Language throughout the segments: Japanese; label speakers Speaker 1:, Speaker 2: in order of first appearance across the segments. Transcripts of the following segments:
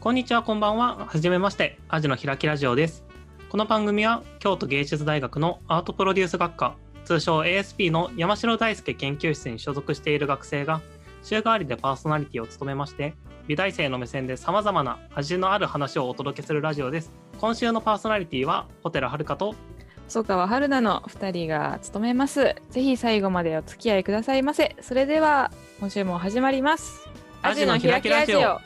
Speaker 1: こんにちは、こんばんは。はじめまして、アジの開きラジオです。この番組は京都芸術大学のアートプロデュース学科、通称 ASP の山城大輔研究室に所属している学生が週替わりでパーソナリティを務めまして、美大生の目線で様々な味のある話をお届けするラジオです。今週のパーソナリティはホテルはるかと
Speaker 2: 細川春菜の2人が務めます。ぜひ最後までお付き合いくださいませ。それでは今週も始まります。
Speaker 1: アジの開きラジオ。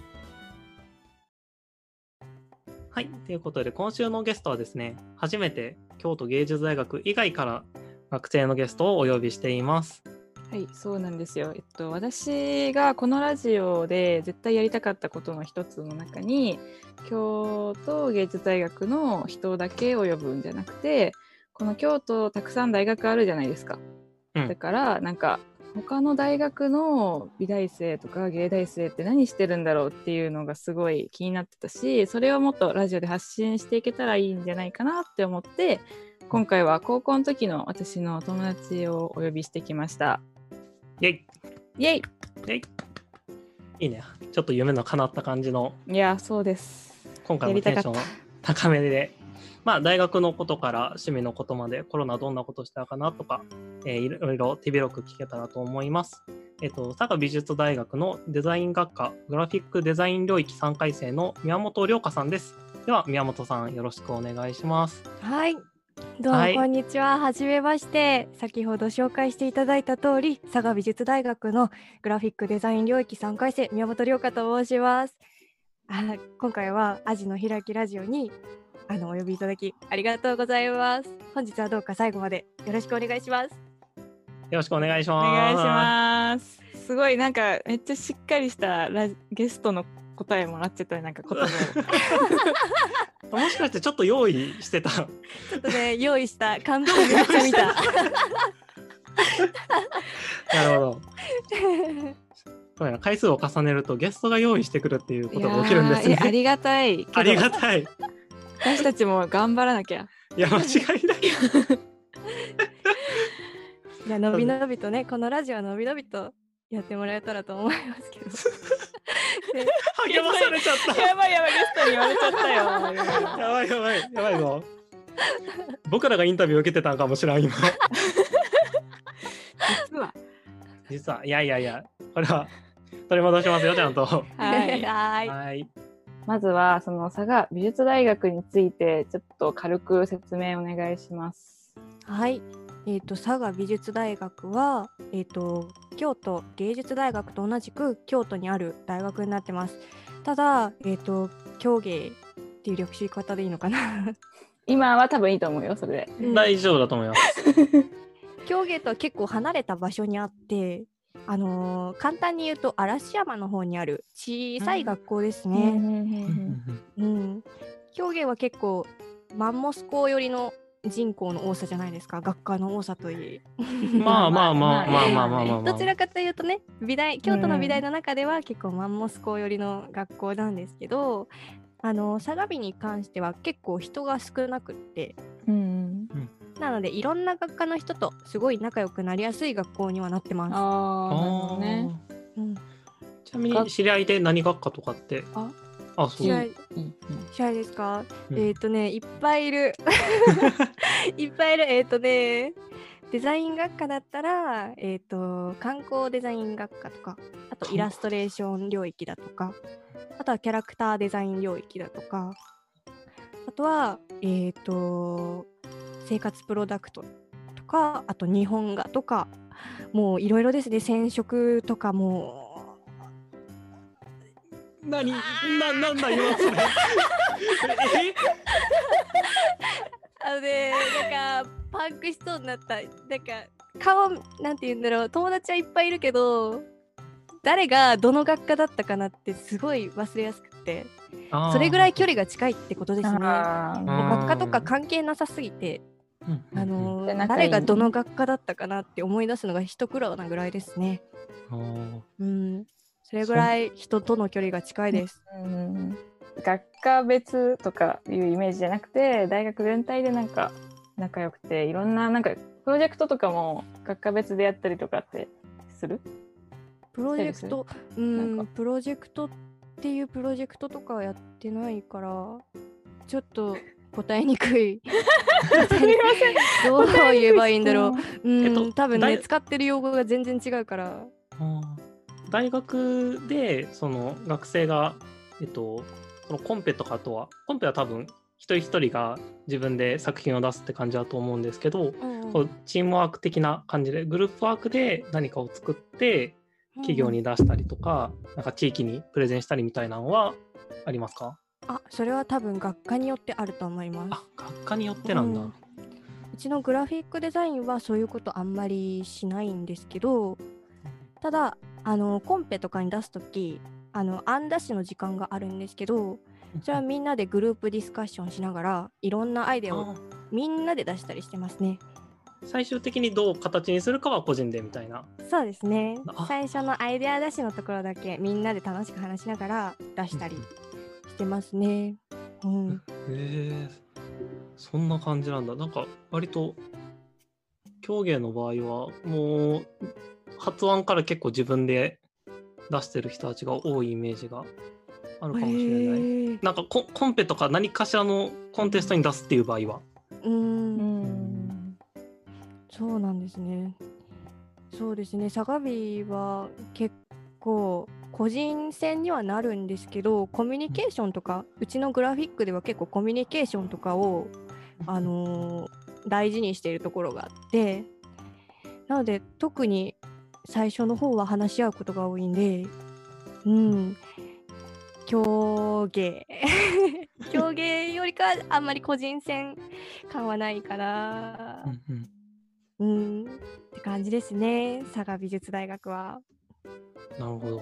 Speaker 1: はい、ということで今週のゲストはですね、初めて京都芸術大学以外から学生のゲストをお呼びしています。
Speaker 2: はい、そうなんですよ。私がこのラジオで絶対やりたかったことの一つの中に、京都芸術大学の人だけを呼ぶんじゃなくて、この京都たくさん大学あるじゃないですか。だからなんか他の大学の美大生とか芸大生って何してるんだろうっていうのがすごい気になってたし、それをもっとラジオで発信していけたらいいんじゃないかなって思って、今回は高校の時の私の友達をお呼びしてきました。
Speaker 1: イェイ
Speaker 2: イェイ
Speaker 1: イェイ。いいね、ちょっと夢の叶った感じの。
Speaker 2: いや、そうです。
Speaker 1: 今回もテンション高めで、大学のことから趣味のことまで、コロナどんなことしたかなとか、いろいろ手広く聞けたらと思います。佐賀美術大学のデザイン学科グラフィックデザイン領域3回生の宮本涼香さんです。では宮本さん、よろしくお願いします。
Speaker 3: はい、どうもこんにちは。はじめまして。先ほど紹介していただいた通り、佐賀美術大学のグラフィックデザイン領域3回生宮本涼香と申します。今回はアジの開きラジオにお呼びいただきありがとうございます。本日はどうか最後までよろしくお願いします。
Speaker 1: よろしくお願いします。
Speaker 2: お願いします。すごいなんかめっちゃしっかりしたゲストの答えもらっちゃったり、なんか言葉
Speaker 1: をもしかしてちょっと用意してた。
Speaker 3: ちょっとね、用意した感動めっちゃ見た。
Speaker 1: なるほど。回数を重ねるとゲストが用意してくるっていうことが起きるんですね。
Speaker 2: ありがたい。
Speaker 1: ありがたい。
Speaker 2: 私たちも頑張らなきゃ。
Speaker 1: いや、間違いない。
Speaker 3: いや、のびのびとね、このラジオはのびのびとやってもらえたらと思いますけど。
Speaker 1: 励まされちゃった。
Speaker 2: やばい、ゲストに言われちゃったよ。
Speaker 1: やばいぞ。僕らがインタビュー受けてたんかもしれん今。実は、いや、これは取り戻しますよ、ちゃんと。
Speaker 2: はい。まずはその佐賀美術大学についてちょっと軽く説明お願いします。
Speaker 3: はい。佐賀美術大学は、京都芸術大学と同じく京都にある大学になってます。ただ、京芸っていう略し方でいいのかな。
Speaker 2: 今は多分いいと思うよ、それで。
Speaker 1: 大丈夫だと思います。
Speaker 3: 京芸とは結構離れた場所にあって、簡単に言うと嵐山の方にある小さい学校ですね。京芸は結構マンモス校寄りの人口の多さじゃないですか。学科の多さといい。
Speaker 1: まあ。
Speaker 3: どちらかというとね、京都の美大の中では結構マンモス校寄りの学校なんですけど、佐賀美に関しては結構人が少なくって、なのでいろんな学科の人とすごい仲良くなりやすい学校にはなってます。
Speaker 2: なるほどね。
Speaker 1: ちなみに知り合いで何学科とかって？そう。
Speaker 3: 知り合いですか？いっぱいいる。いっぱいいる。デザイン学科だったら、観光デザイン学科とか、あとイラストレーション領域だとか、あとはキャラクターデザイン領域だとか、あとは生活プロダクトとか、あと日本画とか、もういろいろですね。染色とかも。
Speaker 1: なんだ今それ。
Speaker 3: なんかパンクしそうになった。なんか顔なんて言うんだろう。友達はいっぱいいるけど、誰がどの学科だったかなってすごい忘れやすくて、それぐらい距離が近いってことですね。学科とか関係なさすぎて、誰がどの学科だったかなって思い出すのが一苦労なぐらいですね。それぐらい人との距離が近いです。
Speaker 2: 学科別とかいうイメージじゃなくて、大学全体でなんか仲良くて、いろんななんかプロジェクトとかも学科別でやったりとかってする？
Speaker 3: プロジェクトっていうプロジェクトとかはやってないからちょっと答えにくいどう言えばいいんだろう。多分ね使ってる用語が全然違うから。
Speaker 1: 大学でその学生がそのコンペとか、あとはコンペは多分一人一人が自分で作品を出すって感じだと思うんですけど、こうチームワーク的な感じでグループワークで何かを作って企業に出したりとか、なんか地域にプレゼンしたりみたいなのはありますか？
Speaker 3: それは多分学科によってあると思います。
Speaker 1: 学科によってなんだ。
Speaker 3: うちのグラフィックデザインはそういうことあんまりしないんですけど、ただコンペとかに出すとき案出しの時間があるんですけど、それはみんなでグループディスカッションしながらいろんなアイデアをみんなで出したりしてますね。
Speaker 1: 最終的にどう形にするかは個人でみたいな。
Speaker 3: そうですね。最初のアイデア出しのところだけみんなで楽しく話しながら出したりしてますね。
Speaker 1: そんな感じなんだ。なんか割と狂芸の場合はもう発案から結構自分で出してる人たちが多いイメージがあるかもしれない。なんかコンペとか何かしらのコンテストに出すっていう場合は。
Speaker 3: そうなんですね。そうですね。相模は結構個人戦にはなるんですけど、コミュニケーションとか、うちのグラフィックでは結構コミュニケーションとかを、大事にしているところがあって、なので特に最初の方は話し合うことが多いんで、狂芸狂芸よりかあんまり個人戦感はないかな。って感じですね、佐賀美術大学は。
Speaker 1: なるほど。
Speaker 3: はい。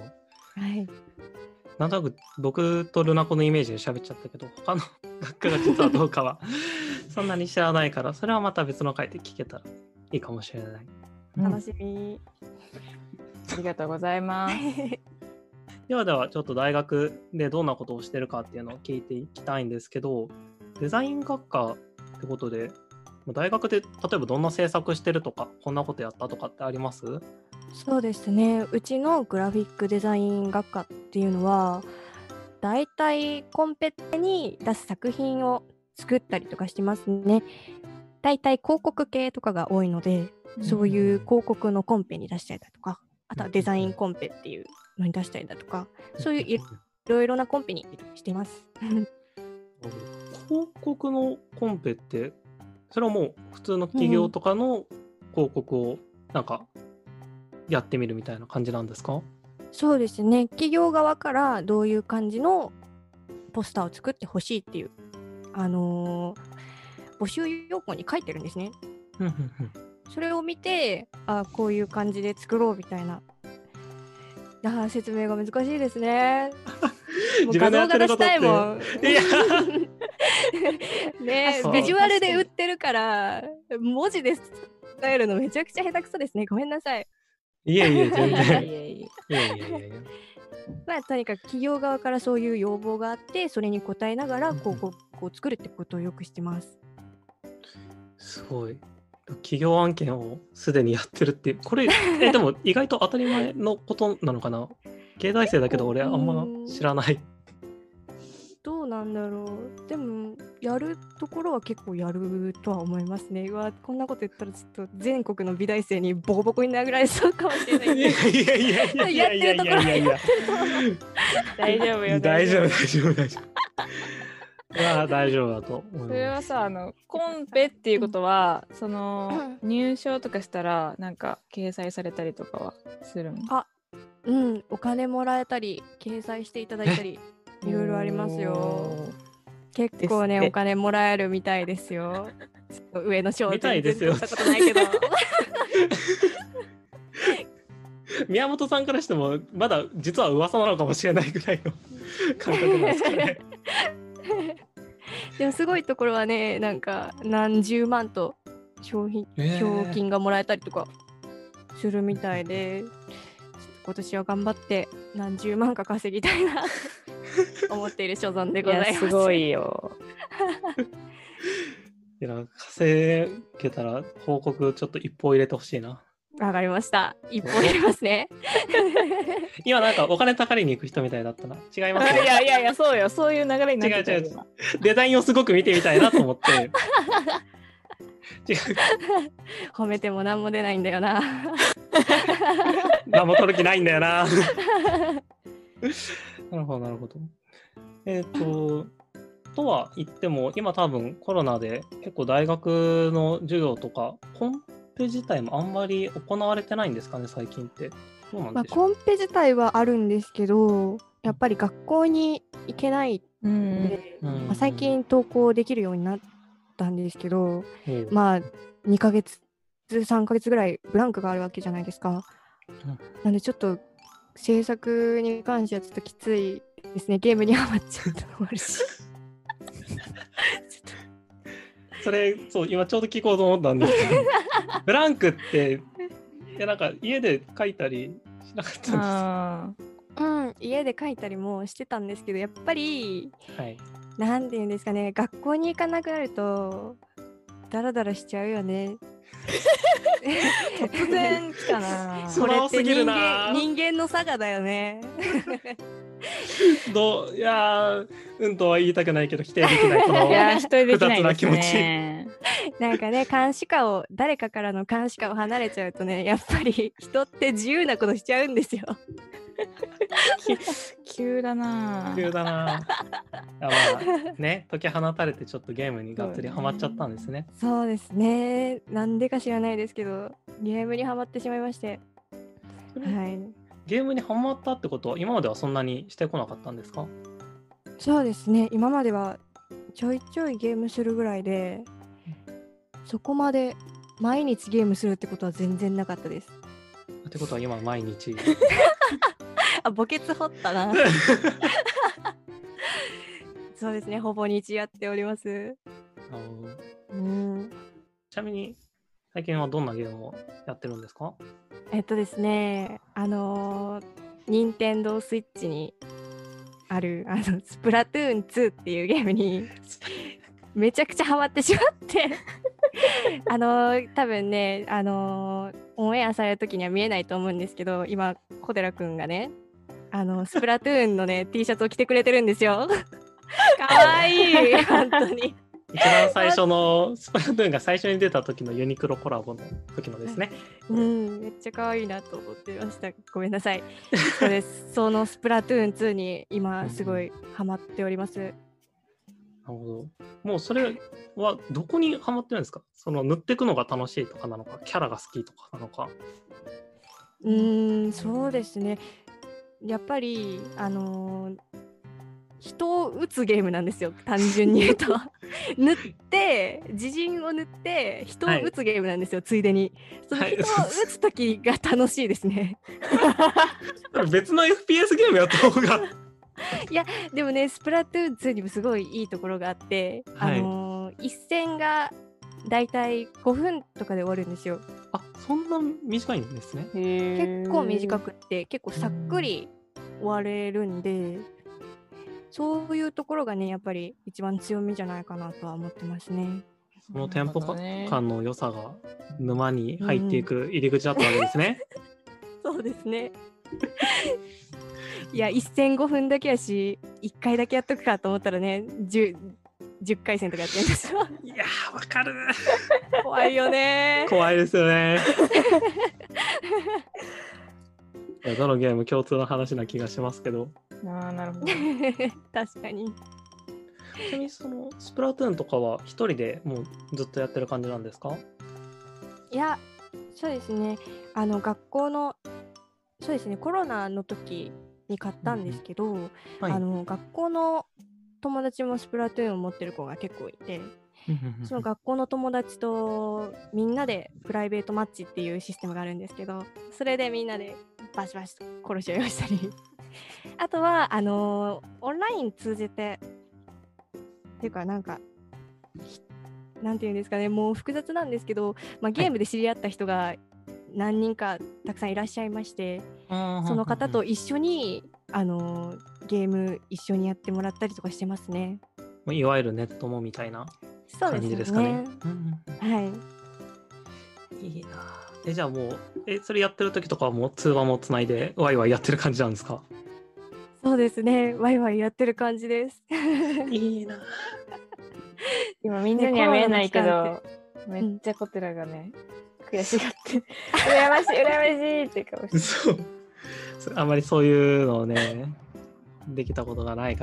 Speaker 1: なんとなく僕とルナコのイメージで喋っちゃったけど、他の学科が実はどうかはそんなに知らないから、それはまた別の回で聞けたらいいかもしれない。
Speaker 3: 楽しみ。
Speaker 2: ありがとうございます。
Speaker 1: ではちょっと大学でどんなことをしてるかっていうのを聞いていきたいんですけど、デザイン学科ってことで大学で例えばどんな制作してるとか、こんなことやったとかってあります？
Speaker 3: そうですね。うちのグラフィックデザイン学科っていうのは、だいたいコンペに出す作品を作ったりとかしてますね。だいたい広告系とかが多いので、そういう広告のコンペに出したりだとか、あとはデザインコンペっていうのに出したりだとか、そういういろいろなコンペにしています。
Speaker 1: 広告のコンペって、それはもう普通の企業とかの広告をなんかやってみるみたいな感じなんですか？
Speaker 3: そうですね。企業側からどういう感じのポスターを作ってほしいっていう募集要項に書いてるんですね。それを見て、こういう感じで作ろうみたいな。説明が難しいですね。もう画像が出したいもん。ね、ビジュアルで売ってるから文字で伝えるのめちゃくちゃ下手くそですね。ごめんなさい。
Speaker 1: いえ全然。
Speaker 3: とにかく企業側からそういう要望があって、それに応えながら広告を作るってことをよくしてます。
Speaker 1: すごい。企業案件をすでにやってるっていう、これでも意外と当たり前のことなのかな。芸大生だけど俺あんま知らない。
Speaker 3: どうなんだろう。でもやるところは結構やるとは思いますね。こんなこと言ったらちょっと全国の美大生にボコボコに殴られそうかもしれないけど。やってるところはやってると思う。
Speaker 2: 大丈夫よ。
Speaker 1: 大丈夫。大丈夫だと思います。
Speaker 2: それはさ、コンペっていうことは、その入賞とかしたらなんか掲載されたりとかはするの？
Speaker 3: お金もらえたり掲載していただいたりいろいろありますよ。結構ね、お金もらえるみたいですよ。ちょっと上の賞全然取ったことないけど。
Speaker 1: 宮本さんからしてもまだ実は噂なのかもしれないぐらいの感覚なんですかね。
Speaker 3: でもすごいところはね、なんか何十万と賞金がもらえたりとかするみたいで、今年は頑張って何十万か稼ぎたいなと思っている所存でございます。
Speaker 2: すごいよ。
Speaker 1: 稼げたら報告ちょっと一報入れてほしいな。
Speaker 3: わかりました。一本入れますね。
Speaker 1: 今なんかお金たかりに行く人みたいだったな。違いますね。
Speaker 2: いやいやいや、そうよ、そういう流れになってたよ
Speaker 1: 違う違う
Speaker 2: 今
Speaker 1: デザインをすごく見てみたいなと思って。違う。
Speaker 3: 褒めても何も出ないんだよな。
Speaker 1: 何も取る気ないんだよな。なるほど、なるほど。とは言っても、今多分コロナで結構大学の授業とか、コンペ自体もあんまり行われてないんですかね、最近って。どうなんでしょう。
Speaker 3: コンペ自体はあるんですけど、やっぱり学校に行けないので、最近登校できるようになったんですけど、2ヶ月、3ヶ月ぐらいブランクがあるわけじゃないですか。なんでちょっと制作に関してはちょっときついですね。ゲームにハマっちゃったのもあるし。
Speaker 1: それ、そう、今ちょうど聞こうと思ったんですけど、ブランクって、なんか家で書いたりしなかったんですか？
Speaker 3: 家で書いたりもしてたんですけど、やっぱり、なんていうんですかね、学校に行かなくなると、ダラダラしちゃうよね。
Speaker 2: 突然来たな。
Speaker 1: 素直すぎるな。
Speaker 3: 人間の差がだよね。
Speaker 1: いやとは言いたくないけど否定できないこの複雑な気持ち。
Speaker 3: なんかね、誰かからの監視下を離れちゃうとね、やっぱり人って自由なことしちゃうんですよ。
Speaker 2: 急だな。
Speaker 1: ね、解き放たれてちょっとゲームにがっつりハマっちゃったんですね。
Speaker 3: そうですね。なんでか知らないですけど、ゲームにハマってしまいまして。
Speaker 1: ゲームにハマったってことは今まではそんなにしてこなかったんですか？
Speaker 3: そうですね。今まではちょいちょいゲームするぐらいで、そこまで毎日ゲームするってことは全然なかったです。
Speaker 1: ってことは今毎日
Speaker 3: 墓穴掘ったな。そうですね、ほぼ日やっております。
Speaker 1: ちなみに最近はどんなゲームをやってるんですか？
Speaker 3: ですね、任天堂スイッチにあるスプラトゥーン2っていうゲームにめちゃくちゃハマってしまって多分ね、オンエアされる時には見えないと思うんですけど、今小寺くんがね、スプラトゥーンのねT シャツを着てくれてるんですよ。かわいい本当に。
Speaker 1: 一番最初のスプラトゥーンが最初に出た時のユニクロコラボの時のですね。
Speaker 3: めっちゃ可愛いなと思ってました。ごめんなさい。そうです。そのスプラトゥーン2に今すごいハマっております。なる
Speaker 1: ほど。もうそれはどこにハマってるんですか？その塗っていくのが楽しいとかなのか、キャラが好きとかなのか。
Speaker 3: そうですね。やっぱり人を撃つゲームなんですよ、単純に言うと。塗って自陣を塗って人を撃つゲームなんですよ、ついでに。その人を撃つ時が楽しいですね。
Speaker 1: 別の FPS ゲームやった方が
Speaker 3: いやでもね、スプラトゥーン2にもすごいいいところがあって、一戦がだいたい5分とかで終わるんですよ。
Speaker 1: あ、そんな短いんですね。
Speaker 3: 結構短くって結構さっくり終われるんで、そういうところがね、やっぱり一番強みじゃないかなとは思ってますね。
Speaker 1: そのテンポ感の良さが沼に入っていく入り口だったわけですね。
Speaker 3: そうですね。いや、1戦5分だけやし、1回だけやっとくかと思ったらね、10回戦とかやってるんですよ。
Speaker 1: いやー、わかる。
Speaker 3: 怖いよね。
Speaker 1: 怖いですよね。どのゲーム共通の話な気がしますけど。
Speaker 2: なるほど。
Speaker 3: 確かに。
Speaker 1: ちなみにそのスプラトゥーンとかは一人でもうずっとやってる感じなんですか？
Speaker 3: いや、そうですね。学校のそうですね、コロナの時に買ったんですけど、学校の友達もスプラトゥーンを持ってる子が結構いて、その学校の友達とみんなでプライベートマッチっていうシステムがあるんですけど、それでみんなでバシバシと殺し合いをしたりあとはオンライン通じてっていうかなんていうんですかね、もう複雑なんですけど、ゲームで知り合った人が何人かたくさんいらっしゃいまして、その方と一緒にゲーム一緒にやってもらったりとかしてますね。
Speaker 1: いわゆるネットもみたいな感じですかね。
Speaker 3: はい。
Speaker 1: いいな。 じゃあもうそれやってる時とかはもう通話もつないでワイワイやってる感じなんですか？
Speaker 3: そうですね。ワイワイやってる感じです。
Speaker 1: いいな。
Speaker 2: 今みんなには見えないけ
Speaker 3: ね
Speaker 2: ど、めっちゃコテラがね、悔しがって羨ましい羨ましいって顔して。
Speaker 1: そうあんまりそういうのをねできたことがないから。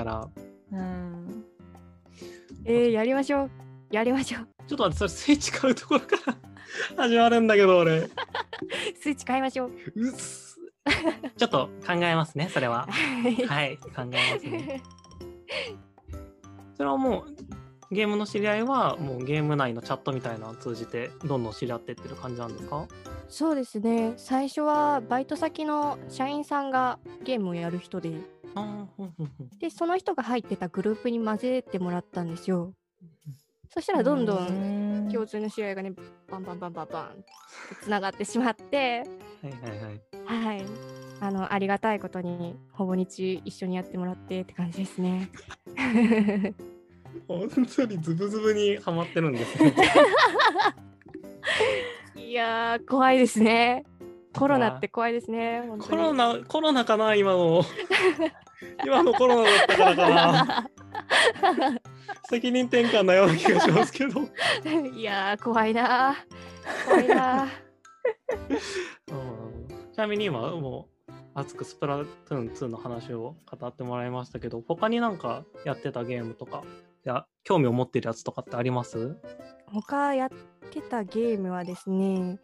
Speaker 3: やりましょう。やりましょう。
Speaker 1: ちょっと待って、それスイッチ買うところから始まるんだけど俺。
Speaker 3: スイッチ買いましょう。
Speaker 1: うっすちょっと考えますね、それは。はい考えますね。それはもうゲームの知り合いはもうゲーム内のチャットみたいなのを通じてどんどん知り合ってってる感じなんですか？
Speaker 3: そうですね。最初はバイト先の社員さんがゲームをやる人で、でその人が入ってたグループに混ぜてもらったんですよ。そしたらどんどん共通の知り合いがね、バンバンバンバンバンってつながってしまって、はい、ありがたいことにほぼ日一緒にやってもらってって感じですね。
Speaker 1: 本当にズブズブにハマってるんですね。
Speaker 3: いやー怖いですね。コロナって怖いですね。本当に
Speaker 1: コロナかな今の今のコロナだったからかな。責任転換なような気がしますけど。
Speaker 3: いやー怖いな怖いな
Speaker 1: ちなみに今もう熱くスプラトゥーン2の話を語ってもらいましたけど、他になんかやってたゲームとか興味を持ってるやつとかってあります？
Speaker 3: 他やってたゲームはですね、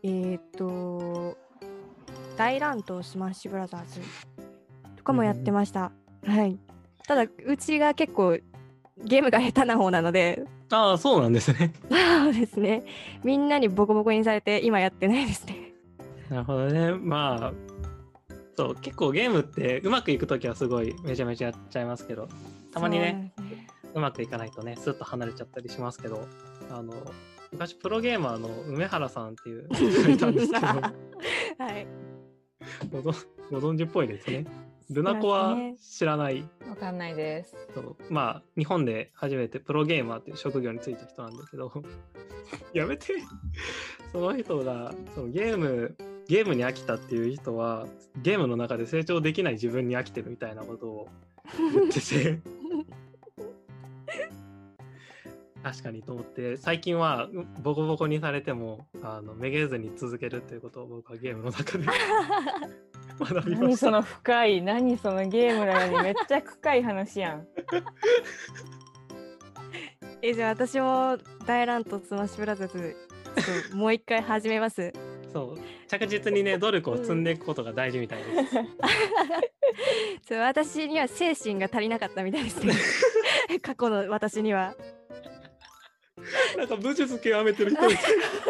Speaker 3: 大乱闘スマッシュブラザーズとかもやってました。はい。ただうちが結構ゲームが下手な方なので。
Speaker 1: ああ、そうなんですね。
Speaker 3: そうですね。みんなにボコボコにされて今やってないですね。
Speaker 1: なるほどね。まあそう結構ゲームってうまくいくときはすごいめちゃめちゃやっちゃいますけど、たまにねうまくいかないとねスッと離れちゃったりしますけど、昔プロゲーマーの梅原さんっていう人がいたんですけど、はい、ご存知っぽいですね。ルナコは知らない？
Speaker 2: わかんないです。
Speaker 1: そうまあ日本で初めてプロゲーマーっていう職業に就いた人なんだけどやめてその人がそのゲームに飽きたっていう人はゲームの中で成長できない自分に飽きてるみたいなことを言ってて確かにと思って、最近はボコボコにされてもめげずに続けるということを僕はゲームの中で学びました。
Speaker 2: 何その深い、何そのゲームなのにめっちゃ深い話やん。
Speaker 3: じゃあ私も大乱闘スマッシュブラザーズもう一回始めます。
Speaker 1: そう着実にね努力を積んでいくことが大事みたいです、
Speaker 3: 私には精神が足りなかったみたいですね過去の私には
Speaker 1: なんか武術極めてる人みたい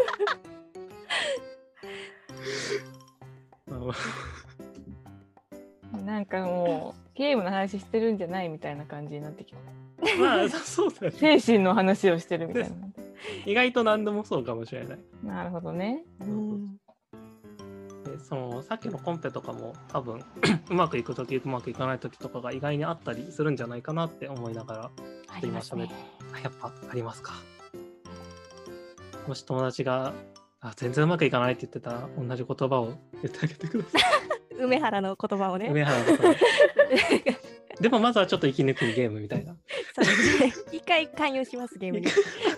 Speaker 2: なんかもうゲームの話してるんじゃないみたいな感じになってきた。
Speaker 1: まあそうだね。
Speaker 2: 精神の話をしてるみたいな。
Speaker 1: 意外と何でもそうかもしれない。
Speaker 2: なるほどね。
Speaker 1: でさっきのコンペとかも多分うまくいく時うまくいかない時とかが意外にあったりするんじゃないかなって思いながら今喋って、やっぱありますか。もし友達が全然うまくいかないって言ってたら同じ言葉を言ってあげてください。
Speaker 3: 梅原の言葉をね。
Speaker 1: 梅原の言葉でもまずはちょっと息抜きゲームみたいな。
Speaker 3: そうですね。一回関与しますゲームに。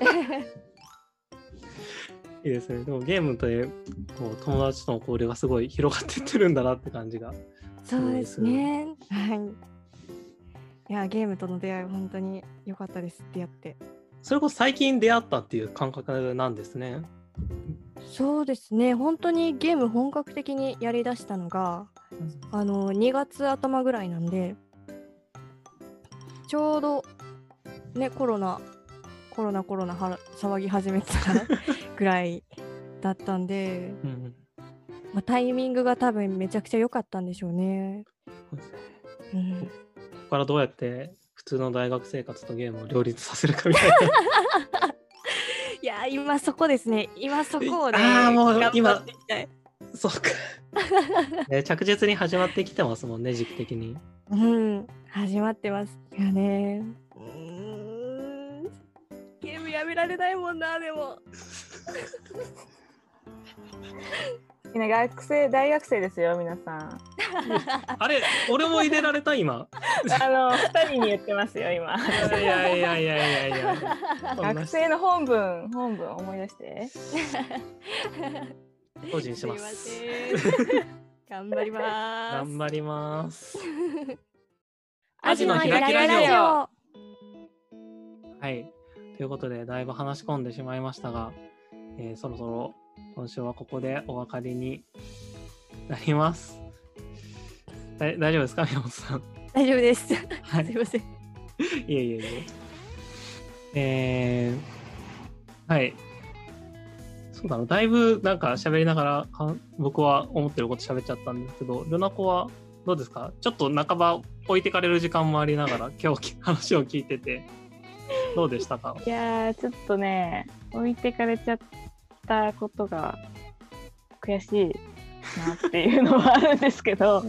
Speaker 1: いいですね。でもゲームとこう友達との交流がすごい広がっていってるんだなって感じが。
Speaker 3: そうですね。はい。いやゲームとの出会い本当に良かったです。出会って。
Speaker 1: それこそ最近出会ったっていう感覚なんですね。
Speaker 3: そうですね。本当にゲーム本格的にやりだしたのが、2月頭ぐらいなんで、ちょうどねコロナ騒ぎ始めてたぐらいだったんで、タイミングが多分めちゃくちゃ良かったんでしょうね。こ
Speaker 1: こからどうやって普通の大学生活とゲームを両立させるかみたいな。
Speaker 3: いや今そこですね。今そこをね
Speaker 1: もう
Speaker 3: 頑張っていきたい。
Speaker 1: そうか着実に始まってきてますもんね、時期的に。
Speaker 3: 始まってますよね。ゲームやめられないもんな。でも
Speaker 2: みんな大学生ですよ、皆さん。
Speaker 1: あれ、俺も入れられた今。
Speaker 2: 2人に言ってますよ、今。
Speaker 1: いや。
Speaker 2: 学生の本文思い出して。
Speaker 1: 精進します。
Speaker 3: すいません。頑張ります。
Speaker 1: 頑張ります。
Speaker 3: アジのひらきラジオ。
Speaker 1: はい。ということで、だいぶ話し込んでしまいましたが、そろそろ今週はここでお別れになります。大丈夫ですか、宮本さん。
Speaker 3: 大丈夫です。
Speaker 1: はい、
Speaker 3: すいません。
Speaker 1: いえ。はい。そうだな、だいぶなんか喋りながら僕は思ってること喋っちゃったんですけど、ルナコはどうですか？ちょっと半ば置いてかれる時間もありながら今日話を聞いててどうでしたか？
Speaker 2: いやー、ちょっとね、置いてかれちゃったことが悔しいなっていうのはあるんですけど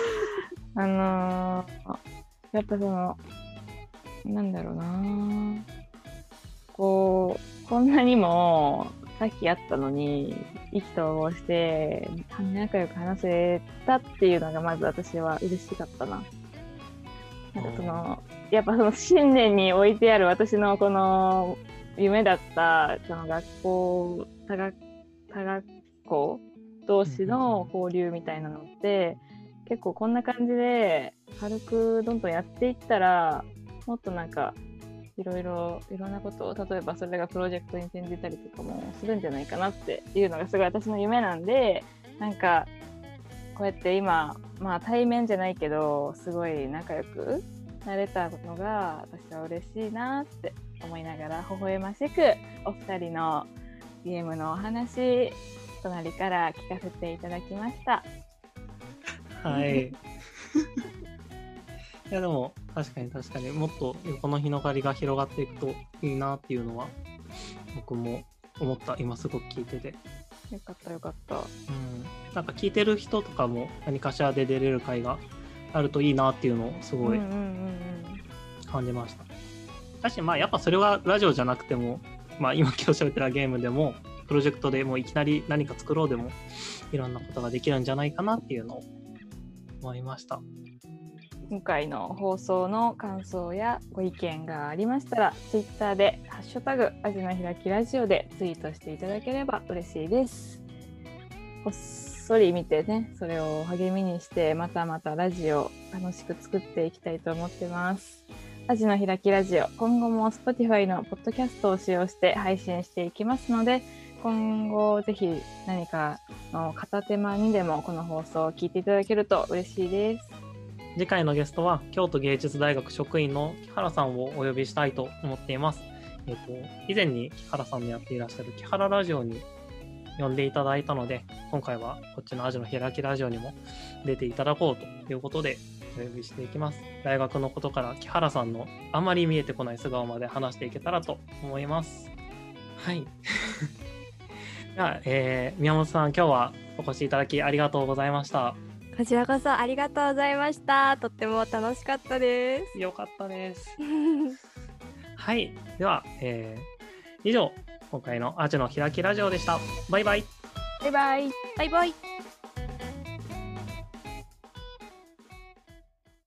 Speaker 2: やっぱなんだろうな、こんなにもさっき会ったのに意気投合して仲良く話せたっていうのがまず私は嬉しかったな。なんかやっぱ信念に置いてある私のこの夢だった学校多学校同士の交流みたいなのって結構こんな感じで軽くどんどんやっていったらもっとなんかいろんなことを、例えばそれがプロジェクトに転じたりとかもするんじゃないかなっていうのがすごい私の夢なんで、なんかこうやって今まあ対面じゃないけどすごい仲良くなれたのが私は嬉しいなって思いながら微笑ましくお二人のゲームのお話隣から聞かせていただきました。
Speaker 1: はいいやでも確かにもっと横の広がりが広がっていくといいなっていうのは僕も思った。今すごく聞いてて
Speaker 2: よかった、
Speaker 1: なんか聞いてる人とかも何かしらで出れる回があるといいなっていうのをすごい感じました。確かにまあやっぱそれはラジオじゃなくても、まあ今今日喋ってるゲームでもプロジェクトでもいきなり何か作ろうでもいろんなことができるんじゃないかなっていうのを思いました。
Speaker 2: 今回の放送の感想やご意見がありましたら Twitter でハッシュタグアジのひらきラジオでツイートしていただければ嬉しいです。こっそり見てね、それを励みにしてまたラジオ楽しく作っていきたいと思ってます。アジのひらきラジオ、今後も Spotify のポッドキャストを使用して配信していきますので、今後ぜひ何かの片手間にでもこの放送を聞いていただけると嬉しいです。
Speaker 1: 次回のゲストは京都芸術大学職員の木原さんをお呼びしたいと思っています。以前に木原さんのやっていらっしゃる木原ラジオに呼んでいただいたので、今回はこっちのアジのひらきラジオにも出ていただこうということでお呼びしていきます。大学のことから木原さんのあまり見えてこない素顔まで話していけたらと思います。はいでは、宮本さん、今日はお越しいただきありがとうございました。
Speaker 3: こちらこそありがとうございました。とっても楽しかったです。
Speaker 1: よかったですはい、では、以上今回のアジのひらきラジオでした。バイバイ。
Speaker 2: バイバイ。
Speaker 3: バイバイ。